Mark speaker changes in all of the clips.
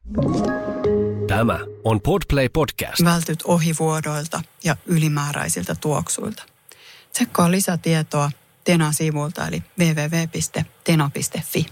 Speaker 1: Tämä on Podplay Podcast.
Speaker 2: Vältyt ohivuodoilta ja ylimääräisiltä tuoksuilta. Tsekkaa lisätietoa Tenan sivuilta eli www.tena.fi.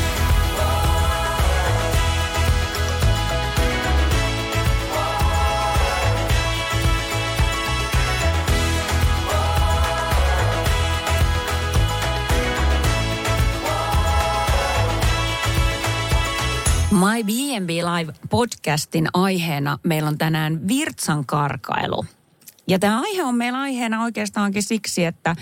Speaker 3: My B&B Live-podcastin aiheena meillä on tänään virtsan karkailu. Ja tämä aihe on meillä aiheena oikeastaankin siksi, että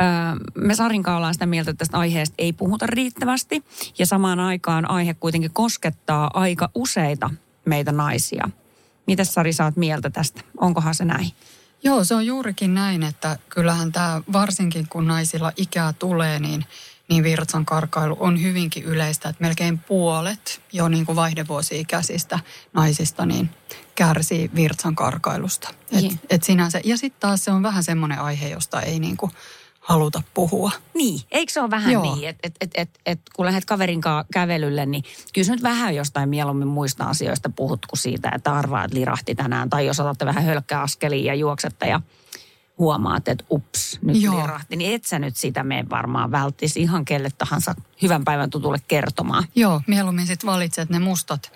Speaker 3: me Sarinkaan ollaan sitä mieltä, että tästä aiheesta ei puhuta riittävästi. Ja samaan aikaan aihe kuitenkin koskettaa aika useita meitä naisia. Mitäs Sari, sä oot mieltä tästä? Onkohan se näin?
Speaker 2: Joo, se on juurikin näin, että kyllähän tämä varsinkin kun naisilla ikää tulee, niin virtsan karkailu on hyvinkin yleistä, että melkein puolet jo niin kuin vaihdevuosi-ikäisistä naisista niin kärsii virtsan karkailusta. Et sinänsä, ja sitten taas se on vähän semmoinen aihe, josta ei niin kuin haluta puhua.
Speaker 3: Niin, eikö se ole vähän niin, että kun lähdet kaverin kanssa kävelylle, niin kyllä sä nyt vähän jostain mieluummin muista asioista puhut kuin siitä, että arvaa, että lirahti tänään. Tai jos otatte vähän hölkkäaskelia ja juoksette ja huomaat, että ups, nyt lirahti, niin et sä nyt sitä mene varmaan välttisi ihan kelle tahansa hyvän päivän tutulle kertomaan. Joo,
Speaker 2: mieluummin sitten valitset ne mustat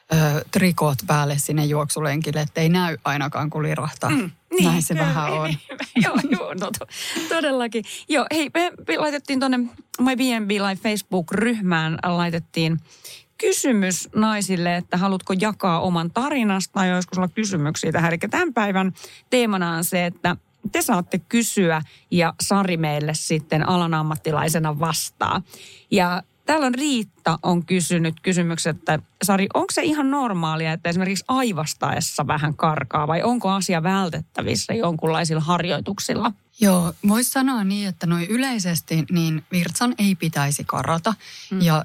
Speaker 2: trikoot päälle sinne juoksulenkille, ettei näy ainakaan kun lirahtaa. Niin, näin se vähän on.
Speaker 3: Joo, todellakin. Joo, hei, me laitettiin tuonne My B&B Live Facebook-ryhmään, laitettiin kysymys naisille, että haluatko jakaa oman tarinasta ja joskus olla kysymyksiä tähän. Eli tämän päivän teemana on se, että te saatte kysyä ja Sari meille sitten alan ammattilaisena vastaa. Ja täällä on Riitta on kysynyt kysymyksen, että Sari, onko se ihan normaalia, että esimerkiksi aivastaessa vähän karkaa vai onko asia vältettävissä jonkunlaisilla harjoituksilla?
Speaker 2: Joo, voisi sanoa niin, että noin yleisesti niin virtsan ei pitäisi karata. Ja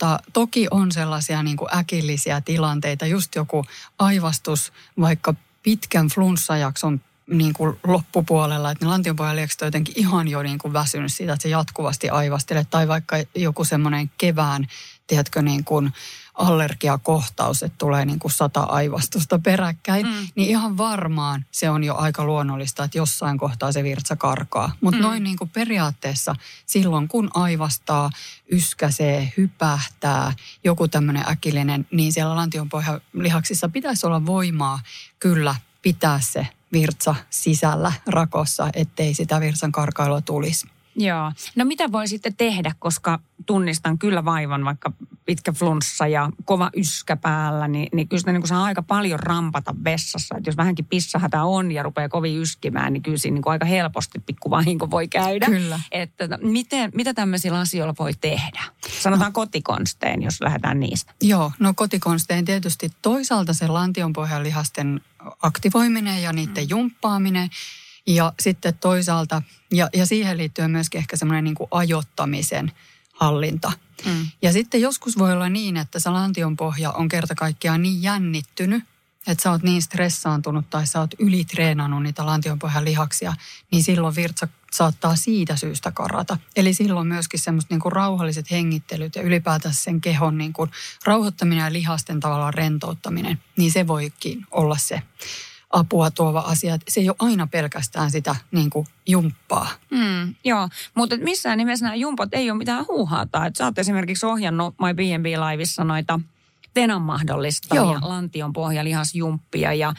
Speaker 2: toki on sellaisia niin kuin äkillisiä tilanteita, just joku aivastus vaikka pitkän flunssajakson niin kuin loppupuolella, että ne lantionpohjalihakset on jotenkin ihan jo niin kuin väsynyt siitä, että se jatkuvasti aivastelee. Tai vaikka joku semmoinen kevään, tiedätkö, niin kuin allergiakohtaus, että tulee niin kuin 100 aivastusta peräkkäin, niin ihan varmaan se on jo aika luonnollista, että jossain kohtaa se virtsa karkaa. Mutta noin niin kuin periaatteessa silloin, kun aivastaa, yskäsee, hypähtää, joku tämmöinen äkillinen, niin siellä lantionpohjalihaksissa pitäisi olla voimaa kyllä pitää se virtsa sisällä rakossa, ettei sitä virtsan karkailua tulisi.
Speaker 3: Joo. No mitä voi sitten tehdä, koska tunnistan kyllä vaivan, vaikka pitkä flunssa ja kova yskä päällä, niin kyllä sitä niin kuin saa aika paljon rampata vessassa. Että jos vähänkin pissahätä on ja rupeaa kovin yskimään, niin kyllä siinä niin kuin aika helposti pikkuvahinko voi käydä.
Speaker 2: Kyllä.
Speaker 3: Että mitä tämmöisillä asioilla voi tehdä? Sanotaan kotikonstein, jos lähdetään niistä.
Speaker 2: Joo, no kotikonstein tietysti toisaalta se lantionpohjalihasten aktivoiminen ja niiden jumppaaminen. Ja sitten toisaalta, ja siihen liittyy myöskin ehkä semmoinen niin kuin ajoittamisen hallinta. Ja sitten joskus voi olla niin, että se lantionpohja on kerta kaikkiaan niin jännittynyt, että sä oot niin stressaantunut tai sä oot ylitreenannut niitä lantionpohjan lihaksia, niin silloin virtsa saattaa siitä syystä karata. Eli silloin myöskin semmoiset niin kuin rauhalliset hengittelyt ja ylipäätään sen kehon niin kuin rauhoittaminen ja lihasten tavallaan rentouttaminen, niin se voikin olla se apua tuova asia. Se ei ole aina pelkästään sitä niin kuin jumppaa.
Speaker 3: Joo, mutta missään nimessä nämä jumpat ei ole mitään huuhaata. Että sä oot esimerkiksi ohjannut My B&B Liveissa noita Tenan mahdollistavia lantionpohjalihasjumppia ja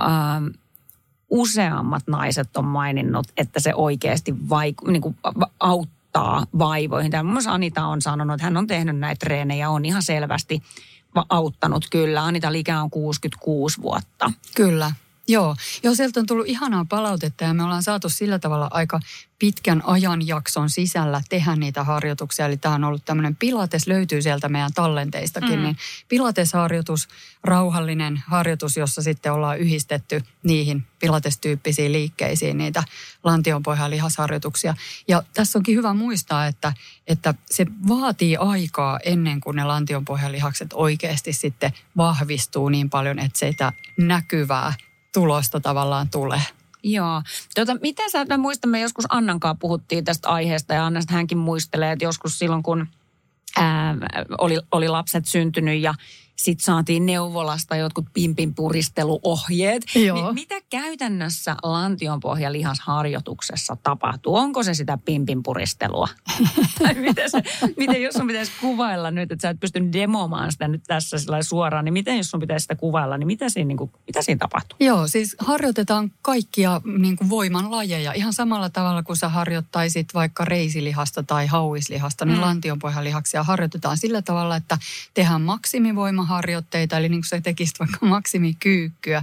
Speaker 3: useammat naiset on maininnut, että se oikeasti auttaa vaivoihin. Muun muassa Anita on sanonut, että hän on tehnyt näitä treenejä, on ihan selvästi auttanut kyllä. Anita Likä on 66 vuotta.
Speaker 2: Kyllä. Joo, sieltä on tullut ihanaa palautetta ja me ollaan saatu sillä tavalla aika pitkän ajanjakson sisällä tehdä niitä harjoituksia. Eli tämä on ollut tämmöinen pilates, löytyy sieltä meidän tallenteistakin, niin pilatesharjoitus, rauhallinen harjoitus, jossa sitten ollaan yhdistetty niihin pilatestyyppisiin liikkeisiin niitä lantionpohjan lihasharjoituksia. Ja tässä onkin hyvä muistaa, että se vaatii aikaa ennen kuin ne lantionpohjan lihakset oikeasti sitten vahvistuu niin paljon, että sitä näkyvää tulosta tavallaan tulee.
Speaker 3: Joo. Miten sä, mä muistan, me joskus Annankaan puhuttiin tästä aiheesta ja Annasta hänkin muistelee, että joskus silloin kun oli lapset syntynyt ja sitten saatiin neuvolasta jotkut pimpinpuristeluohjeet.
Speaker 2: Joo.
Speaker 3: Mitä käytännössä lantionpohjalihasharjoituksessa tapahtuu? Onko se sitä pimpinpuristelua? Tai miten jos sun pitäisi kuvailla nyt, että sä et pysty demomaan sitä nyt tässä suoraan, niin miten jos sun pitäisi sitä kuvailla, niin mitä siinä tapahtuu?
Speaker 2: Joo, siis harjoitetaan kaikkia niin kuin voimanlajeja. Ihan samalla tavalla kuin sä harjoittaisit vaikka reisilihasta tai hauislihasta, niin lantionpohjalihaksia harjoitetaan sillä tavalla, että tehdään maksimivoimaharjoitteita, eli niin kuin sä tekisit vaikka maksimikyykkyä,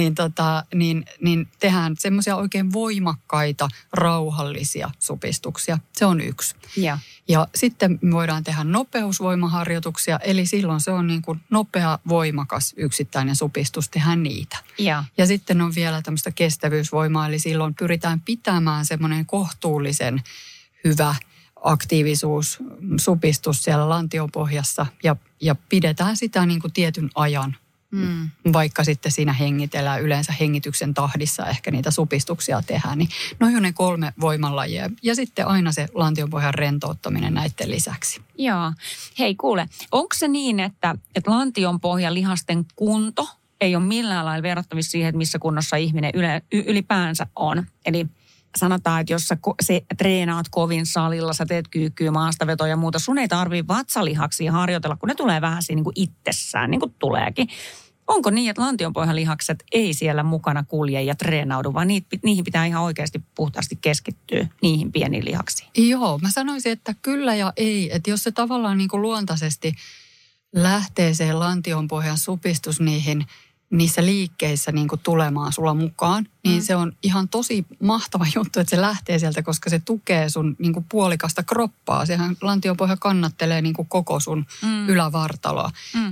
Speaker 2: niin tehdään semmoisia oikein voimakkaita, rauhallisia supistuksia. Se on yksi. Ja sitten voidaan tehdä nopeusvoimaharjoituksia, eli silloin se on niin kuin nopea, voimakas yksittäinen supistus, tehdään niitä. Ja sitten on vielä tämmöistä kestävyysvoimaa, eli silloin pyritään pitämään semmoinen kohtuullisen hyvä aktiivisuus, supistus siellä lantiopohjassa ja pidetään sitä niin kuin tietyn ajan. Vaikka sitten siinä hengitellään yleensä hengityksen tahdissa ehkä niitä supistuksia tehdään, niin noin on ne 3 voimanlajia. Ja sitten aina se lantionpohjan rentouttaminen näiden lisäksi.
Speaker 3: Joo. Hei kuule, onko se niin, että lantionpohjan lihasten kunto ei ole millään lailla verrattavissa siihen, että missä kunnossa ihminen ylipäänsä on? Eli sanotaan, että jos sä treenaat kovin salilla, sä teet kyykkyä, maastavetoja ja muuta, sun ei tarvitse vatsalihaksia harjoitella, kun ne tulee vähän siinä niin kuin itsessään, niin kuin tuleekin. Onko niin, että lantionpohjalihakset ei siellä mukana kulje ja treenaudu, vaan niihin pitää ihan oikeasti puhtaasti keskittyä, niihin pieniin lihaksiin?
Speaker 2: Joo, mä sanoisin, että kyllä ja ei. Että jos se tavallaan niin kuin luontaisesti lähtee se lantionpohjan supistus niissä liikkeissä niin kuin tulemaan sulla mukaan, niin se on ihan tosi mahtava juttu, että se lähtee sieltä, koska se tukee sun niin kuin puolikasta kroppaa. Sehän lantionpohja kannattelee niin kuin koko sun ylävartaloa.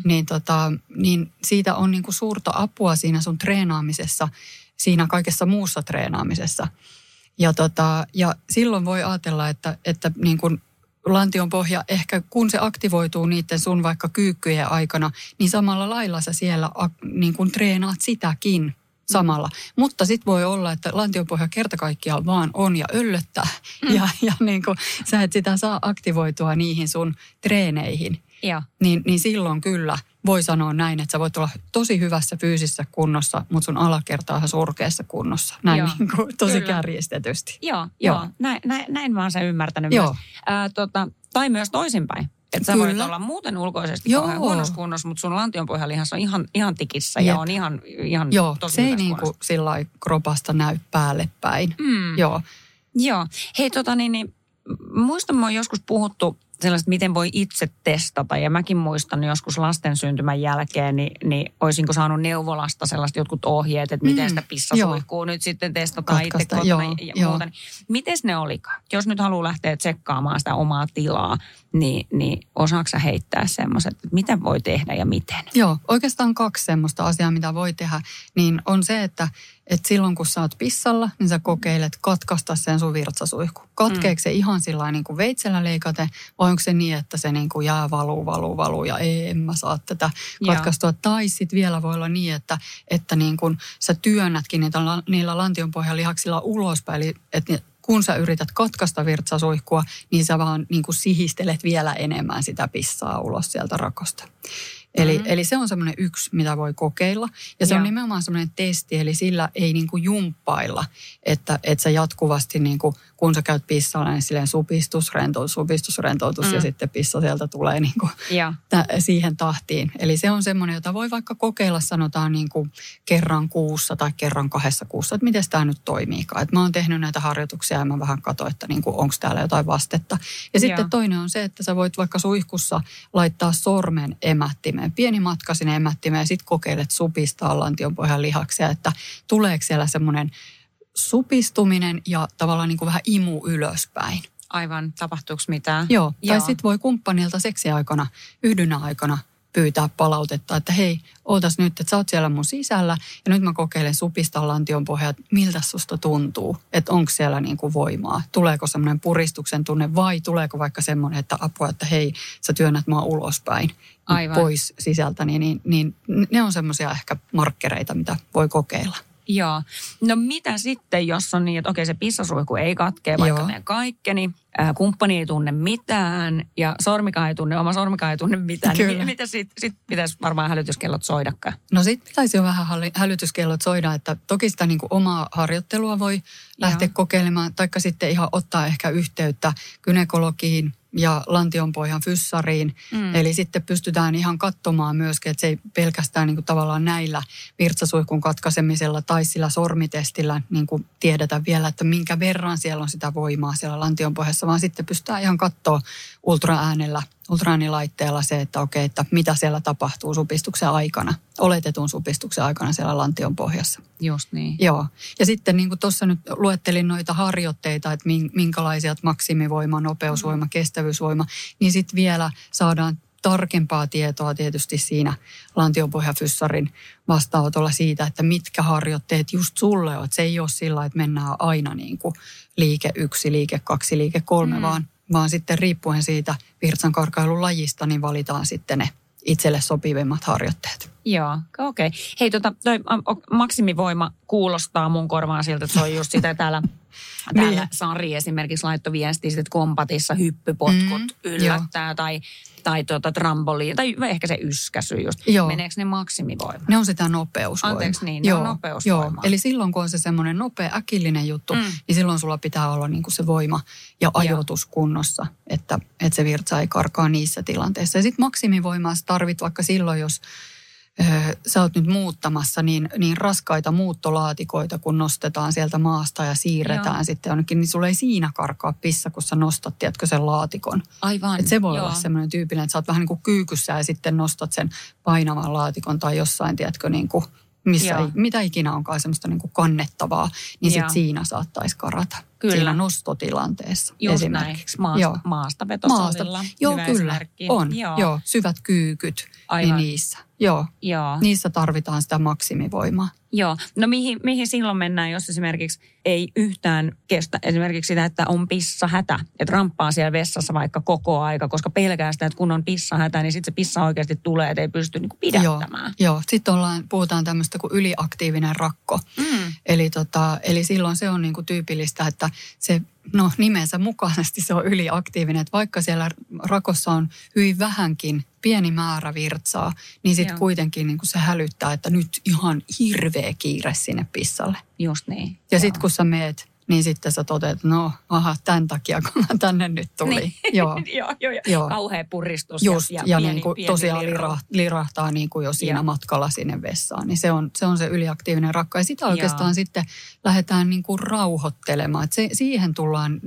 Speaker 2: Niin siitä on niin kuin suurta apua siinä sun treenaamisessa, siinä kaikessa muussa treenaamisessa. Ja silloin voi ajatella, että niin kuin lantionpohja ehkä kun se aktivoituu niiden sun vaikka kyykkyjen aikana, niin samalla lailla sä siellä niin kuin treenaat sitäkin samalla. Mutta sitten voi olla, että lantionpohja kerta kaikkiaan vaan on ja öllöttää ja niin kuin sä et sitä saa aktivoitua niihin sun treeneihin. Niin silloin kyllä voi sanoa näin, että sä voit olla tosi hyvässä fyysisessä kunnossa, mutta sun alakerta on ihan surkeassa kunnossa. Näin niin kuin tosi kärjistetysti.
Speaker 3: Joo. Näin mä oon sen ymmärtänyt myös. Tai myös toisinpäin. Että sä voit olla muuten ulkoisesti kauhean huonossa kunnossa, mutta sun lantionpohjalihas on ihan tikissä ja on ihan tosi
Speaker 2: se ei
Speaker 3: hyvässä
Speaker 2: niin kuin sillai kropasta näy päälle päin.
Speaker 3: Joo. Hei muistan, mä oon joskus puhuttu sellaista, miten voi itse testata. Ja mäkin muistan joskus lasten syntymän jälkeen, niin olisinko saanut neuvolasta sellaiset jotkut ohjeet, että miten sitä pissasuihkuu nyt sitten testataan itse kotona ja muuta. Miten ne olikaan? Jos nyt haluaa lähteä tsekkaamaan sitä omaa tilaa, niin osaatko sä heittää semmoiset, että mitä voi tehdä ja miten?
Speaker 2: Joo, oikeastaan 2 semmoista asiaa, mitä voi tehdä, niin on se, että silloin kun sä oot pissalla, niin sä kokeilet katkaista sen sun virtsasuihku. Katkeeko se ihan sillain niin kuin veitsellä leikate, vai onko se niin, että se niin kuin jää valuu ja en mä saa tätä katkaistua. Tai sitten vielä voi olla niin, että niin kuin sä työnnätkin niillä lantionpohjalihaksilla ulospäin, eli että kun sä yrität katkaista virtsasuihkua, niin sä vaan niin kuin sihistelet vielä enemmän sitä pissaa ulos sieltä rakosta. Eli se on semmoinen yksi, mitä voi kokeilla. Ja se on nimenomaan semmoinen testi, eli sillä ei niin kuin jumppailla, että sä jatkuvasti, niin kuin, kun sä käyt pissalla, niin silleen supistus, rentoutus ja sitten pissa sieltä tulee niin kuin siihen tahtiin. Eli se on semmoinen, jota voi vaikka kokeilla, sanotaan niin kuin kerran kuussa tai kerran 2 kuussa, että miten tämä nyt toimiikaan. Että mä oon tehnyt näitä harjoituksia ja mä vähän katsoin, että niin kuin, onko täällä jotain vastetta. Ja sitten toinen on se, että sä voit vaikka suihkussa laittaa sormen emättimeen, pieni matka sinne emättimeen ja sitten kokeilet supistaa lantionpohjan lihaksia, että tuleeko siellä semmoinen supistuminen ja tavallaan niin kuin vähän imu ylöspäin.
Speaker 3: Aivan, tapahtuuko mitään?
Speaker 2: Joo, tai sitten voi kumppanilta seksiaikana, yhdynnän aikana pyytää palautetta, että hei, ootas nyt, että sä oot siellä mun sisällä ja nyt mä kokeilen supistaa lantionpohjaa, että miltä susta tuntuu, että onko siellä niin kuin voimaa, tuleeko semmoinen puristuksen tunne vai tuleeko vaikka semmoinen, että apua, että hei, sä työnnät mua ulospäin pois sisältä, niin ne on semmoisia ehkä markkereita, mitä voi kokeilla.
Speaker 3: Joo. No mitä sitten, jos on niin, että okei, se pissasuihku ei katkee, vaikka meidän kaikkeni, kumppani ei tunne mitään ja oma sormikaan ei tunne mitään. Niin mitä sitten pitäisi varmaan hälytyskellot soidakaan?
Speaker 2: No sitten pitäisi jo vähän hälytyskellot soida, että toki sitä niin kuin omaa harjoittelua voi lähteä kokeilemaan, taikka sitten ihan ottaa ehkä yhteyttä gynekologiin ja lantionpohjan fyssariin. Eli sitten pystytään ihan katsomaan myöskin, että se ei pelkästään niin kuin tavallaan näillä virtsasuihkun katkaisemisella tai sillä sormitestillä niin kuin tiedetä vielä, että minkä verran siellä on sitä voimaa siellä lantionpohjassa, vaan sitten pystytään ihan katsoa ultraäänilaitteella se, että okei, että mitä siellä tapahtuu supistuksen aikana, oletetun supistuksen aikana siellä lantionpohjassa.
Speaker 3: Just niin.
Speaker 2: Joo. Ja sitten niin kuin tuossa nyt luettelin noita harjoitteita, että minkälaisia maksimivoima, nopeusvoima, kestävyysvoima, niin sitten vielä saadaan tarkempaa tietoa tietysti siinä lantionpohjafyssarin vastaanotolla siitä, että mitkä harjoitteet just sulle on. Se ei ole sillä, että mennään aina niin kuin liike 1, liike 2, liike 3, vaan sitten riippuen siitä virtsankarkailun lajista, niin valitaan sitten ne itselle sopivimmat harjoitteet.
Speaker 3: Joo, okei. Hei, toi maksimivoima kuulostaa mun korvaan siltä, että se on just sitä täällä niin. Sari esimerkiksi laittoi viestiä, että kompatissa hyppypotkut yllättää tai trampoliin, tai ehkä se yskäsy just. Joo. Meneekö ne maksimivoima?
Speaker 2: Ne on sitä nopeusvoima.
Speaker 3: Anteeksi niin, ne on nopeusvoima.
Speaker 2: Joo. Eli silloin kun on se semmoinen nopea, äkillinen juttu, niin silloin sulla pitää olla niinku se voima ja ajoitus kunnossa, että se virtsa ei karkaa niissä tilanteissa. Ja sitten maksimivoimaa sä tarvit vaikka silloin, jos sä oot nyt muuttamassa niin raskaita muuttolaatikoita, kun nostetaan sieltä maasta ja siirretään sitten jonnekin, niin sulla ei siinä karkaa pissa, kun sä nostat, tiedätkö, sen laatikon.
Speaker 3: Aivan.
Speaker 2: Et se voi olla semmoinen tyypillinen, että sä oot vähän niin kuin kyykyssä ja sitten nostat sen painavan laatikon tai jossain, tiedätkö, niin kuin, mitä ikinä onkaan semmoista niin kuin kannettavaa, niin sitten siinä saattaisi karata. Kyllä. Siinä nostotilanteessa
Speaker 3: just
Speaker 2: esimerkiksi.
Speaker 3: Näin. Maastavetosalilla.
Speaker 2: Joo, kyllä.
Speaker 3: Esimerkki.
Speaker 2: On. Joo, syvät kyykyt. Niin niissä. Joo. Niissä tarvitaan sitä maksimivoimaa.
Speaker 3: Joo. No mihin silloin mennään, jos esimerkiksi ei yhtään kestä esimerkiksi sitä, että on pissahätä. Että ramppaa siellä vessassa vaikka koko aika, koska pelkää sitä, että kun on pissahätä, niin sitten se pissa oikeasti tulee, että ei pysty niinku pidättämään.
Speaker 2: Joo. Sitten puhutaan tämmöistä kuin yliaktiivinen rakko. Eli silloin se on niinku tyypillistä, että se nimensä mukaisesti se on yliaktiivinen. Että vaikka siellä rakossa on hyvin vähänkin pieni määrä virtsaa, niin sitten kuitenkin niin kuin se hälyttää, että nyt ihan hirveä kiire sinne pissalle.
Speaker 3: Just niin.
Speaker 2: Ja sitten kun sä meet, niin sitten sä toteat, tämän takia kun mä tänne nyt tulin.
Speaker 3: Niin. Joo. Kauhea puristus.
Speaker 2: Just, ja
Speaker 3: pieni,
Speaker 2: niin kuin
Speaker 3: pieni
Speaker 2: tosiaan lirahtaa niin kuin jo siinä matkalla sinne vessaan. Niin se on se yliaktiivinen rakka. Ja sitä oikeastaan sitten lähdetään niin kuin rauhoittelemaan. Että siihen tullaan,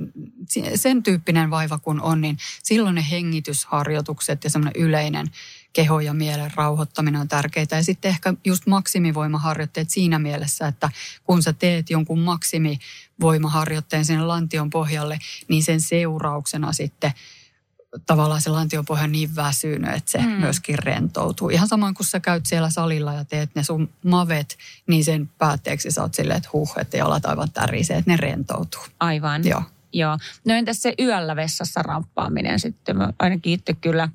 Speaker 2: sen tyyppinen vaiva kun on, niin silloin ne hengitysharjoitukset ja semmoinen yleinen keho ja mielen rauhoittaminen on tärkeää. Ja sitten ehkä just maksimivoimaharjoitteet siinä mielessä, että kun sä teet jonkun maksimivoimaharjoitteen sinne lantion pohjalle, niin sen seurauksena sitten tavallaan se lantionpohja on niin väsynyt, että se myöskin rentoutuu. Ihan samoin kuin sä käyt siellä salilla ja teet ne sun mavet, niin sen päätteeksi sä oot silleen, että että jalat aivan tärisee, että ne rentoutuu.
Speaker 3: Aivan. Joo. No entäs se yöllä vessassa ramppaaminen sitten? Mä ainakin itse kyllä,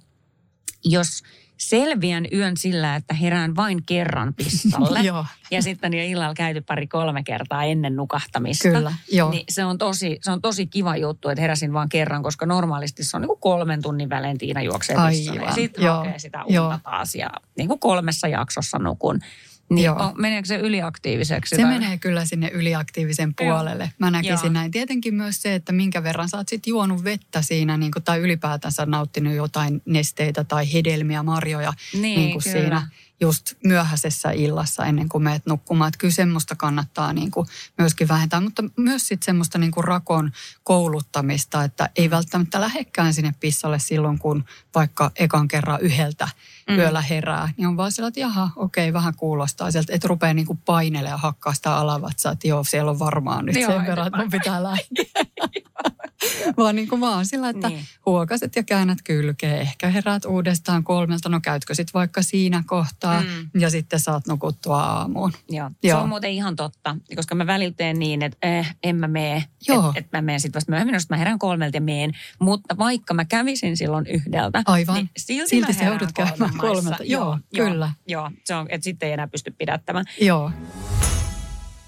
Speaker 3: jos selviän yön sillä, että herään vain kerran pissalle. Ja sitten jo illalla käyty 2-3 kertaa ennen nukahtamista.
Speaker 2: Kyllä, joo.
Speaker 3: Niin se on tosi kiva juttu, että heräsin vain kerran, koska normaalisti se on niin kuin 3 tunnin välein Tiina juoksee pissalle. Ja sitten hakee sitä unta taas ja niin kuin 3 jaksossa nukun. Niin meneekö se yliaktiiviseksi?
Speaker 2: Se menee kyllä sinne yliaktiivisen puolelle. Mä näkisin näin. Tietenkin myös se, että minkä verran sä oot sit juonut vettä siinä, niin kuin, tai ylipäätänsä nauttinut jotain nesteitä tai hedelmiä, marjoja niin kuin siinä just myöhäisessä illassa ennen kuin meet nukkumaan. Että kyllä semmoista kannattaa niin kuin myöskin vähentää, mutta myös sitten semmoista niin kuin rakon kouluttamista, että ei välttämättä lähdekään sinne pissalle silloin, kun vaikka ekan kerran yhdeltä yöllä herää. Niin on vaan sillä, että vähän kuulostaa sieltä, että rupeaa niin kuin painelemaan ja hakkaa sitä alavatsaa, että siellä on varmaan nyt sen verran, että mun pitää lähteä. Vaan niin kuin vaan sillä, että huokaset ja käännät kylkeä. Ehkä heräät uudestaan 3, käytkö sitten vaikka siinä kohtaa ja sitten saat nukuttua aamuun.
Speaker 3: Joo. Se on muuten ihan totta, koska mä välillä teen niin, että en mä mene. Että mä menen sitten vasta myöhemmin, jos mä herään 3 ja menen. Mutta vaikka mä kävisin silloin 1,
Speaker 2: aivan.
Speaker 3: niin silti
Speaker 2: sä joudut käymään 3. Joo, kyllä.
Speaker 3: Joo, se on, että sitten ei enää pysty pidättämään.
Speaker 2: Joo.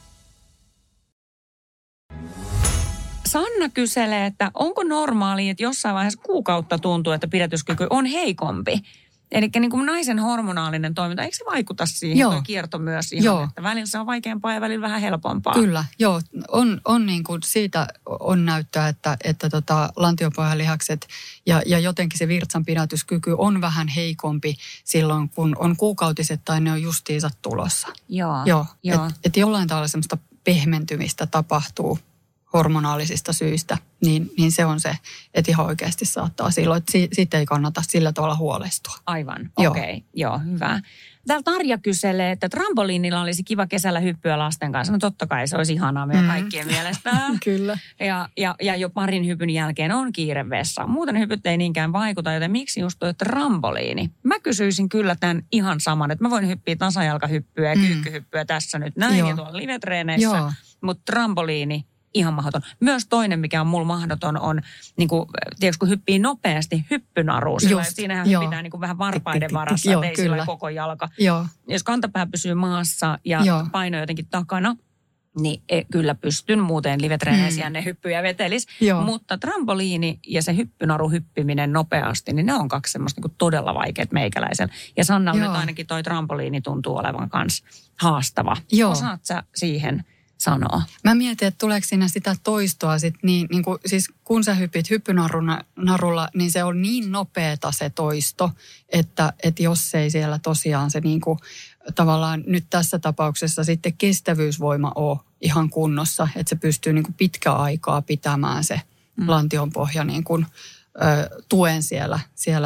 Speaker 3: Sanna kyselee, että onko normaali, että jossain vaiheessa kuukautta tuntuu, että pidätyskyky on heikompi? Eli niin kuin naisen hormonaalinen toiminta, eikö se vaikuta siihen tuo kierto myös ihan, että välillä se on vaikeampaa ja välillä vähän helpompaa?
Speaker 2: Kyllä, joo. On niin kuin siitä on näyttöä, että lantiopohjalihakset ja jotenkin se virtsanpidätyskyky on vähän heikompi silloin, kun on kuukautiset tai ne on justiinsa tulossa. Joo. Että jollain tavalla semmoista pehmentymistä tapahtuu hormonaalisista syistä, niin se on se, että ihan oikeasti saattaa silloin, että siitä ei kannata sillä tavalla huolestua.
Speaker 3: Aivan, okei. Joo, hyvä. Täällä Tarja kyselee, että trampoliinilla olisi kiva kesällä hyppyä lasten kanssa. No totta kai se olisi ihanaa meidän kaikkien mielestä.
Speaker 2: Kyllä.
Speaker 3: Ja jo parin hypyn jälkeen on kiire vessaan. Muuten hypyt ei niinkään vaikuta, joten miksi just tuo trampoliini? Mä kysyisin kyllä tämän ihan saman, että mä voin hyppiä tasajalkahyppyä ja kyykkyhyppyä tässä nyt näin ja tuolla livetreeneissä, mutta trampoliini ihan mahdoton. Myös toinen, mikä on mulla mahdoton, on, niin kuin, tiedätkö, kun hyppii nopeasti, hyppynaru. Siinähän hyppitään niin kuin vähän varpaiden varassa, että ei sillä koko jalka. Jos kantapää pysyy maassa ja paino jotenkin takana, niin kyllä pystyn muuten livetreeneisiä ne hyppyjä vetelis. Mutta trampoliini ja se hyppynaru hyppiminen nopeasti, niin ne on kaksi semmoista niin kuin todella vaikeat meikäläisellä. Ja Sannalla nyt ainakin toi trampoliini tuntuu olevan kans haastava. Osaat sä siihen sanoa? Mä
Speaker 2: mietin, että tuleeko siinä sitä toistoa sit niin kuin, siis kun sä hypit hyppynarulla, niin se on niin nopeeta se toisto, että jos ei siellä tosiaan se niin kuin, tavallaan nyt tässä tapauksessa sitten kestävyysvoima ole ihan kunnossa, että se pystyy niin kuin pitkä aikaa pitämään se lantionpohja niin kuin, tuen siellä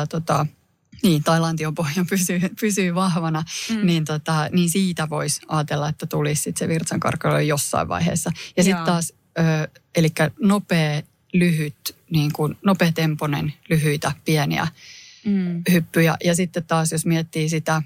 Speaker 2: tai lantionpohja pysyy vahvana, niin siitä voisi ajatella, että tulisi sitten se virtsankarkailu jossain vaiheessa. Ja sitten taas, eli nopea, lyhyt, niin kuin nopeatempoinen, lyhyitä, pieniä hyppyjä. Ja sitten taas, jos miettii sitä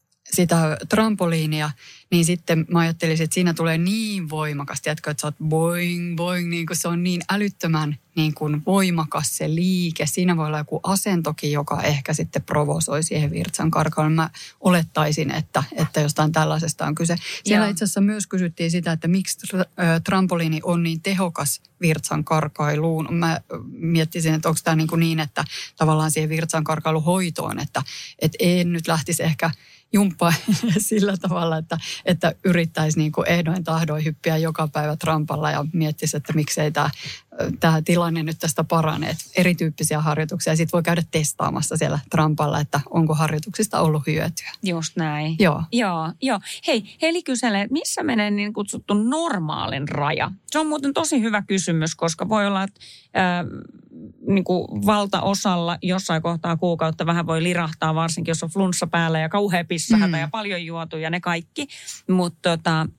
Speaker 2: trampoliinia, niin sitten mä ajattelisin, että siinä tulee niin voimakas, tiedätkö, että sä oot boing, boing, niin kuin se on niin älyttömän niin kuin voimakas se liike. Siinä voi olla joku asentokin, joka ehkä sitten provosoi siihen virtsankarkailuun. Mä olettaisin, että jostain tällaisesta on kyse. Siellä itse asiassa myös kysyttiin sitä, että miksi trampoliini on niin tehokas virtsankarkailuun. Mä miettisin, että onko tämä niin, että tavallaan siihen virtsankarkailuhoitoon, että en nyt lähtisi ehkä jumppaa sillä tavalla, että yrittäisi niin kuin ehdoin tahdoin hyppiä joka päivä trampalla ja miettisi, että miksei tämä tilanne nyt tästä parane. Että erityyppisiä harjoituksia. Sitten voi käydä testaamassa siellä trampalla, että onko harjoituksista ollut hyötyä.
Speaker 3: Just näin. Joo. Hei, Heli kyselee, että missä menee niin kutsuttu normaalin raja? Se on muuten tosi hyvä kysymys, koska voi olla, että niin kuin valtaosalla jossain kohtaa kuukautta vähän voi lirahtaa, varsinkin jos on flunssa päällä ja kauhea pissähätä ja paljon juotu ja ne kaikki. Mutta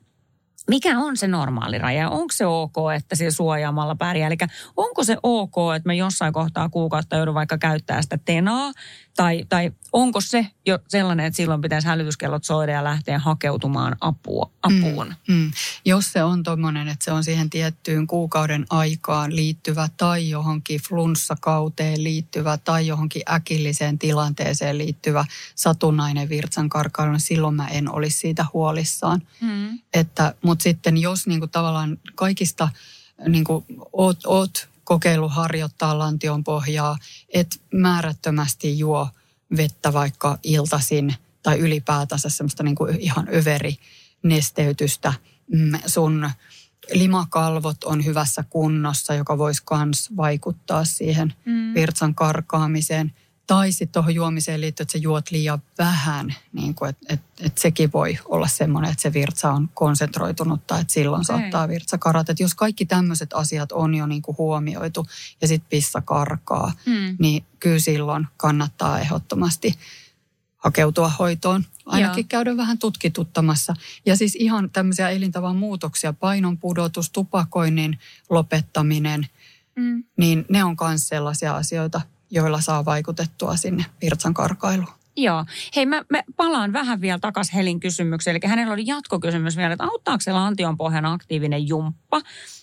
Speaker 3: mikä on se normaali raja? Onko se ok, että siellä suojaamalla pärjää? Eli onko se ok, että me jossain kohtaa kuukautta joudun vaikka käyttää sitä tenaa? Tai onko se jo sellainen, että silloin pitäisi hälytyskellot soida ja lähteä hakeutumaan apuun?
Speaker 2: Jos se on tommoinen, että se on siihen tiettyyn kuukauden aikaan liittyvä tai johonkin flunssakauteen liittyvä tai johonkin äkilliseen tilanteeseen liittyvä satunnainen virtsankarkailu, niin silloin mä en olisi siitä huolissaan. Mutta sitten jos niinku tavallaan kaikista niinku oot kokeillut harjoittaa lantion pohjaa, et määrättömästi juo vettä vaikka iltaisin tai ylipäätänsä semmoista niinku ihan överinesteytystä. Sun limakalvot on hyvässä kunnossa, joka voisi myös vaikuttaa siihen virtsan karkaamiseen. Tai sitten tuohon juomiseen liittyy, että sä juot liian vähän, niin että sekin voi olla semmoinen, että se virtsa on konsentroitunutta, että silloin saattaa virtsa karata. Että jos kaikki tämmöiset asiat on jo niin kuin huomioitu ja sitten pissa karkaa, niin kyllä silloin kannattaa ehdottomasti hakeutua hoitoon. Ainakin käydä vähän tutkituttamassa. Ja siis ihan tämmöisiä elintavan muutoksia, painon pudotus, tupakoinnin lopettaminen, niin ne on myös sellaisia asioita, joilla saa vaikutettua sinne virtsankarkailuun.
Speaker 3: Joo. Hei, mä palaan vähän vielä takaisin Helin kysymykseen. Eli hänellä oli jatkokysymys vielä, että auttaako se lantionpohjan aktiivinen jumppa?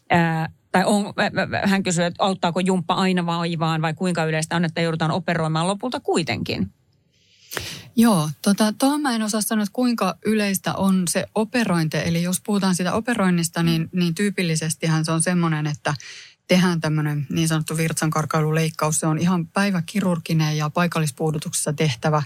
Speaker 3: Hän kysyy, että auttaako jumppa aina vaivaan vai kuinka yleistä on, että joudutaan operoimaan lopulta kuitenkin?
Speaker 2: Joo, tuohon mä en osaa sanoa, että kuinka yleistä on se operointi. Eli jos puhutaan siitä operoinnista, niin tyypillisestihän se on semmoinen, että tehdään tämmöinen niin sanottu virtsankarkailuleikkaus. Se on ihan päiväkirurginen ja paikallispuudutuksessa tehtävä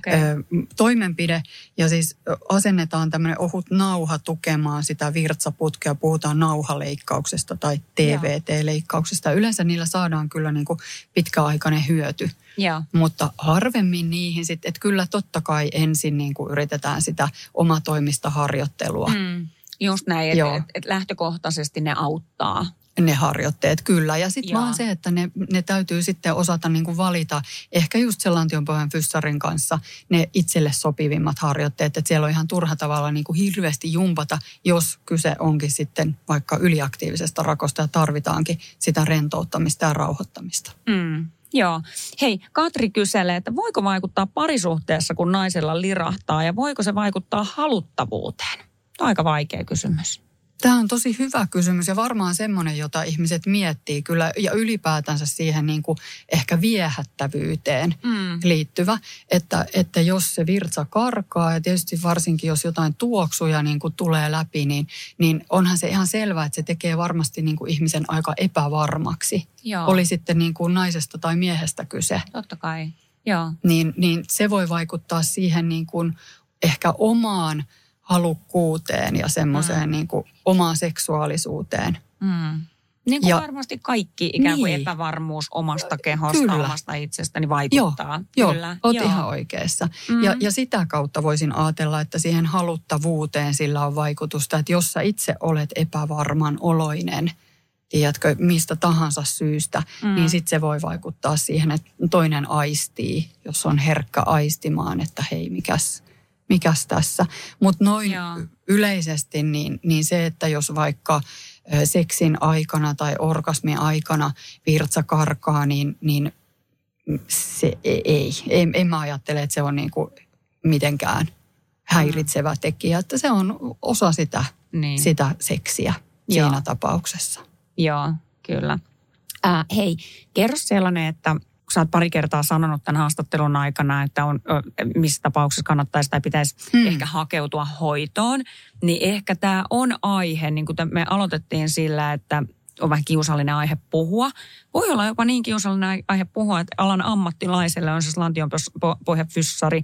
Speaker 2: toimenpide. Ja siis asennetaan tämmöinen ohut nauha tukemaan sitä virtsaputkea. Puhutaan nauhaleikkauksesta tai TVT-leikkauksesta. Yleensä niillä saadaan kyllä niin kuin pitkäaikainen hyöty.
Speaker 3: Ja.
Speaker 2: Mutta harvemmin niihin sitten, että kyllä totta kai ensin niin kuin yritetään sitä omatoimista harjoittelua.
Speaker 3: Just näin, että lähtökohtaisesti ne auttaa.
Speaker 2: Ne harjoitteet, kyllä. Ja sitten vaan se, että ne täytyy sitten osata niin kuin valita ehkä just sen lantionpohjan fyssarin kanssa ne itselle sopivimmat harjoitteet. Että siellä on ihan turha tavalla niin kuin hirveästi jumpata, jos kyse onkin sitten vaikka yliaktiivisesta rakosta ja tarvitaankin sitä rentouttamista ja rauhoittamista.
Speaker 3: Joo. Hei, Katri kyselee, että voiko vaikuttaa parisuhteessa, kun naisella lirahtaa ja voiko se vaikuttaa haluttavuuteen? Aika vaikea kysymys.
Speaker 2: Tämä on tosi hyvä kysymys ja varmaan semmoinen, jota ihmiset miettii kyllä ja ylipäätänsä siihen niin kuin ehkä viehättävyyteen liittyvä, että jos se virtsa karkaa ja tietysti varsinkin jos jotain tuoksuja niin kuin tulee läpi, niin onhan se ihan selvää, että se tekee varmasti niin kuin ihmisen aika epävarmaksi.
Speaker 3: Joo.
Speaker 2: Oli sitten niin kuin naisesta tai miehestä kyse.
Speaker 3: Totta kai, joo.
Speaker 2: Niin se voi vaikuttaa siihen niin kuin ehkä omaan halukkuuteen ja semmoiseen niin kuin omaan seksuaalisuuteen.
Speaker 3: Niin kuin varmasti kaikki ikään kuin epävarmuus omasta kehosta, omasta itsestäni vaikuttaa.
Speaker 2: Joo, oot ihan oikeassa. Ja sitä kautta voisin ajatella, että siihen haluttavuuteen sillä on vaikutusta, että jos sä itse olet epävarman oloinen, tiedätkö, mistä tahansa syystä, niin sitten se voi vaikuttaa siihen, että toinen aistii, jos on herkkä aistimaan, että hei, mikäs tässä. Mutta noin yleisesti niin se, että jos vaikka seksin aikana tai orgasmin aikana virtsa karkaa, niin se en mä ajattele, että se on niinku mitenkään häiritsevä tekijä. Että se on osa sitä seksiä siinä tapauksessa.
Speaker 3: Joo, kyllä. Hei, kerro sellainen, että kun sä oot pari kertaa sanonut tämän haastattelun aikana, että missä tapauksessa kannattaisi tai pitäisi ehkä hakeutua hoitoon, niin ehkä tämä on aihe, niin kuin me aloitettiin sillä, että on vähän kiusallinen aihe puhua. Voi olla jopa niin kiusallinen aihe puhua, että alan ammattilaiselle on siis lantionpohjafyssari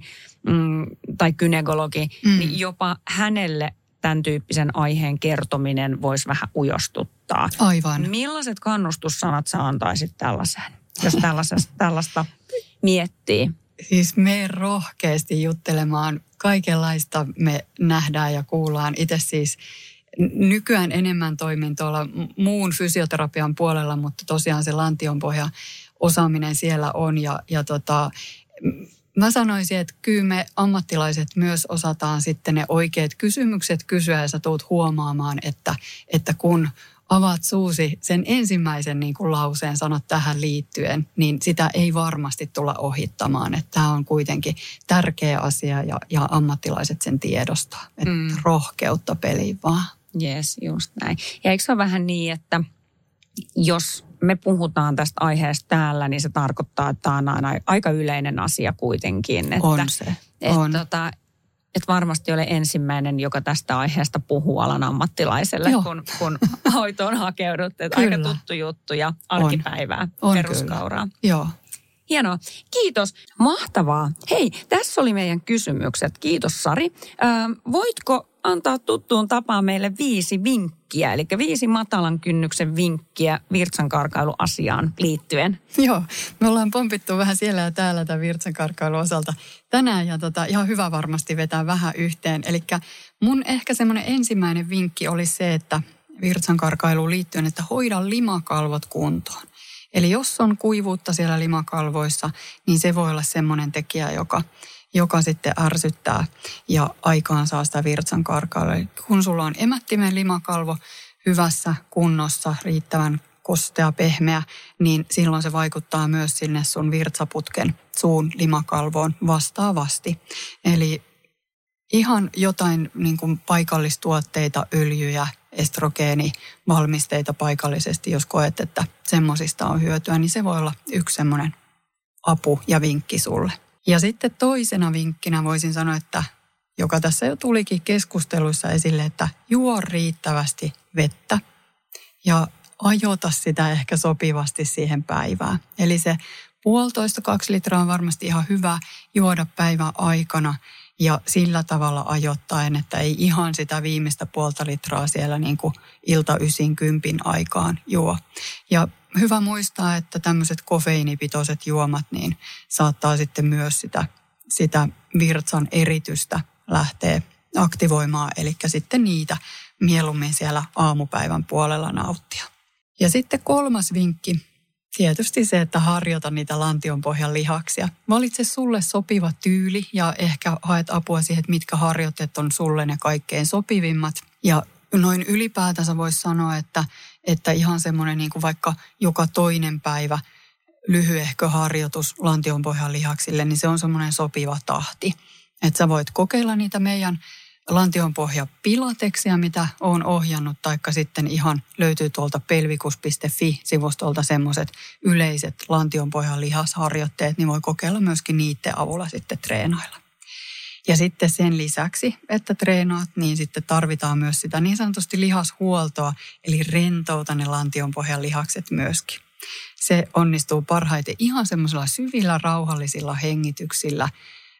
Speaker 3: tai gynekologi, niin jopa hänelle tämän tyyppisen aiheen kertominen voisi vähän ujostuttaa.
Speaker 2: Aivan.
Speaker 3: Millaiset kannustussanat sä antaisit tällaiseen, jos tällaista miettii?
Speaker 2: Siis me rohkeasti juttelemaan. Kaikenlaista me nähdään ja kuullaan. Itse siis nykyään enemmän toimin tuolla muun fysioterapian puolella, mutta tosiaan se lantionpohja osaaminen siellä on. Ja mä sanoisin, että kyllä me ammattilaiset myös osataan sitten ne oikeat kysymykset kysyä ja sä tuut huomaamaan, että kun avaat suusi sen ensimmäisen niin kuin lauseen sanot tähän liittyen, niin sitä ei varmasti tulla ohittamaan. Että tämä on kuitenkin tärkeä asia ja ammattilaiset sen tiedostaa. Että rohkeutta peliin vaan.
Speaker 3: Jes, just näin. Ja eikö se ole vähän niin, että jos me puhutaan tästä aiheesta täällä, niin se tarkoittaa, että tämä on aika yleinen asia kuitenkin. Että,
Speaker 2: on se. On.
Speaker 3: Että varmasti ole ensimmäinen, joka tästä aiheesta puhuu alan ammattilaiselle, kun hoitoon hakeudut. Että aika tuttu juttu ja arkipäivää, peruskauraa.
Speaker 2: Joo.
Speaker 3: Hienoa. Kiitos. Mahtavaa. Hei, tässä oli meidän kysymykset. Kiitos, Sari. Voitko antaa tuttuun tapaan meille 5 vinkkiä, eli 5 matalan kynnyksen vinkkiä virtsankarkailuasiaan liittyen?
Speaker 2: Joo, me ollaan pompittu vähän siellä ja täällä tämän virtsankarkailun osalta tänään ja ihan hyvä varmasti vetää vähän yhteen. Eli mun ehkä semmoinen ensimmäinen vinkki oli se, että virtsankarkailuun liittyen, että hoida limakalvot kuntoon. Eli jos on kuivuutta siellä limakalvoissa, niin se voi olla semmoinen tekijä, joka sitten ärsyttää ja aikaan saa sitä virtsankarkailua. Eli kun sulla on emättimen limakalvo hyvässä kunnossa, riittävän kostea, pehmeä, niin silloin se vaikuttaa myös sinne sun virtsaputken suun limakalvoon vastaavasti. Eli ihan jotain niin kuin paikallistuotteita, öljyjä, estrogeenivalmisteita paikallisesti, jos koet, että semmoisista on hyötyä, niin se voi olla yksi semmoinen apu ja vinkki sulle. Ja sitten toisena vinkkinä voisin sanoa, että joka tässä jo tulikin keskusteluissa esille, että juo riittävästi vettä. Ja ajoita sitä ehkä sopivasti siihen päivään. Eli se 1,5–2 litraa on varmasti ihan hyvä juoda päivän aikana ja sillä tavalla ajoittaen, että ei ihan sitä viimeistä 0,5 litraa siellä niin kuin ilta 9–10 aikaan juo. Ja hyvä muistaa, että tämmöiset kofeiinipitoiset juomat niin saattaa sitten myös sitä virtsan eritystä lähteä aktivoimaan, eli sitten niitä mieluummin siellä aamupäivän puolella nauttia. Ja sitten 3. vinkki, tietysti se, että harjoita niitä lantionpohjan lihaksia. Valitse sulle sopiva tyyli ja ehkä haet apua siihen, että mitkä harjoitteet on sulle ne kaikkein sopivimmat. Ja noin ylipäätänsä voisi sanoa, että ihan semmoinen niin kuin vaikka joka toinen päivä lyhyehkö harjoitus lantionpohjan lihaksille, niin se on semmoinen sopiva tahti. Että sä voit kokeilla niitä meidän lantionpohja pilateksia, mitä olen ohjannut, taikka sitten ihan löytyy tuolta pelvikus.fi-sivustolta semmoiset yleiset lantionpohjan lihasharjoitteet, niin voi kokeilla myöskin niiden avulla sitten treenailla. Ja sitten sen lisäksi, että treenaat, niin sitten tarvitaan myös sitä niin sanotusti lihashuoltoa, eli rentouta ne lantionpohjan lihakset myöskin. Se onnistuu parhaiten ihan semmoisilla syvillä, rauhallisilla hengityksillä,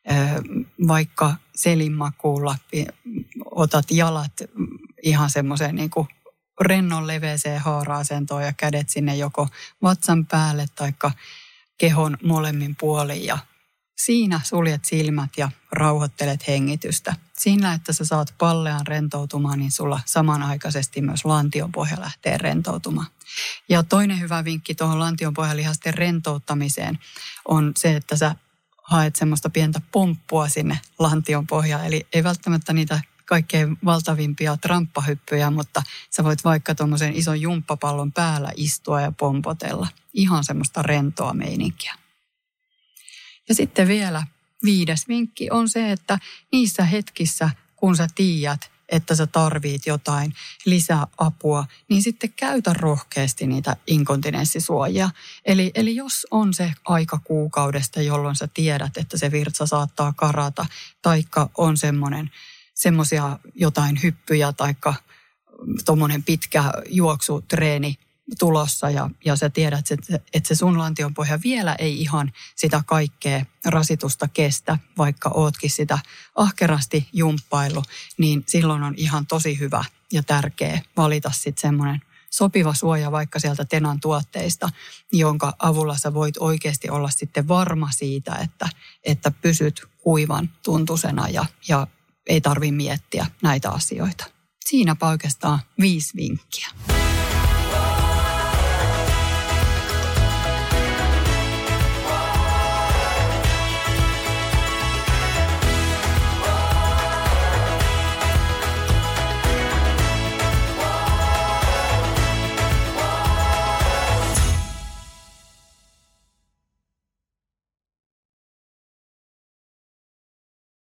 Speaker 2: vaikka selinmakuulla otat jalat ihan semmoiseen niin kuin rennon leveeseen haara-asentoon ja kädet sinne joko vatsan päälle tai kehon molemmin puolin ja siinä suljet silmät ja rauhoittelet hengitystä. Siinä, että sä saat pallean rentoutumaan, niin sulla samanaikaisesti myös lantionpohja lähtee rentoutumaan. Ja toinen hyvä vinkki tuohon lantionpohjalihasten rentouttamiseen on se, että sä haet semmoista pientä pomppua sinne lantionpohjaan. Eli ei välttämättä niitä kaikkein valtavimpia tramppahyppyjä, mutta sä voit vaikka tuommoisen ison jumppapallon päällä istua ja pompotella. Ihan semmoista rentoa meininkiä. Ja sitten vielä 5. vinkki on se, että niissä hetkissä, kun sä tiedät, että sä tarvit jotain lisäapua, niin sitten käytä rohkeasti niitä inkontinenssisuojia. Eli jos on se aika kuukaudesta, jolloin sä tiedät, että se virtsa saattaa karata, taikka on semmoisia jotain hyppyjä, taikka tommonen pitkä juoksutreeni tulossa ja sä tiedät, että se sun lantionpohja vielä ei ihan sitä kaikkea rasitusta kestä, vaikka ootkin sitä ahkerasti jumppailu, niin silloin on ihan tosi hyvä ja tärkeä valita sitten semmoinen sopiva suoja vaikka sieltä Tenan tuotteista, jonka avulla sä voit oikeasti olla sitten varma siitä, että pysyt kuivan tuntusena ja ei tarvitse miettiä näitä asioita. Siinäpä oikeastaan 5 vinkkiä.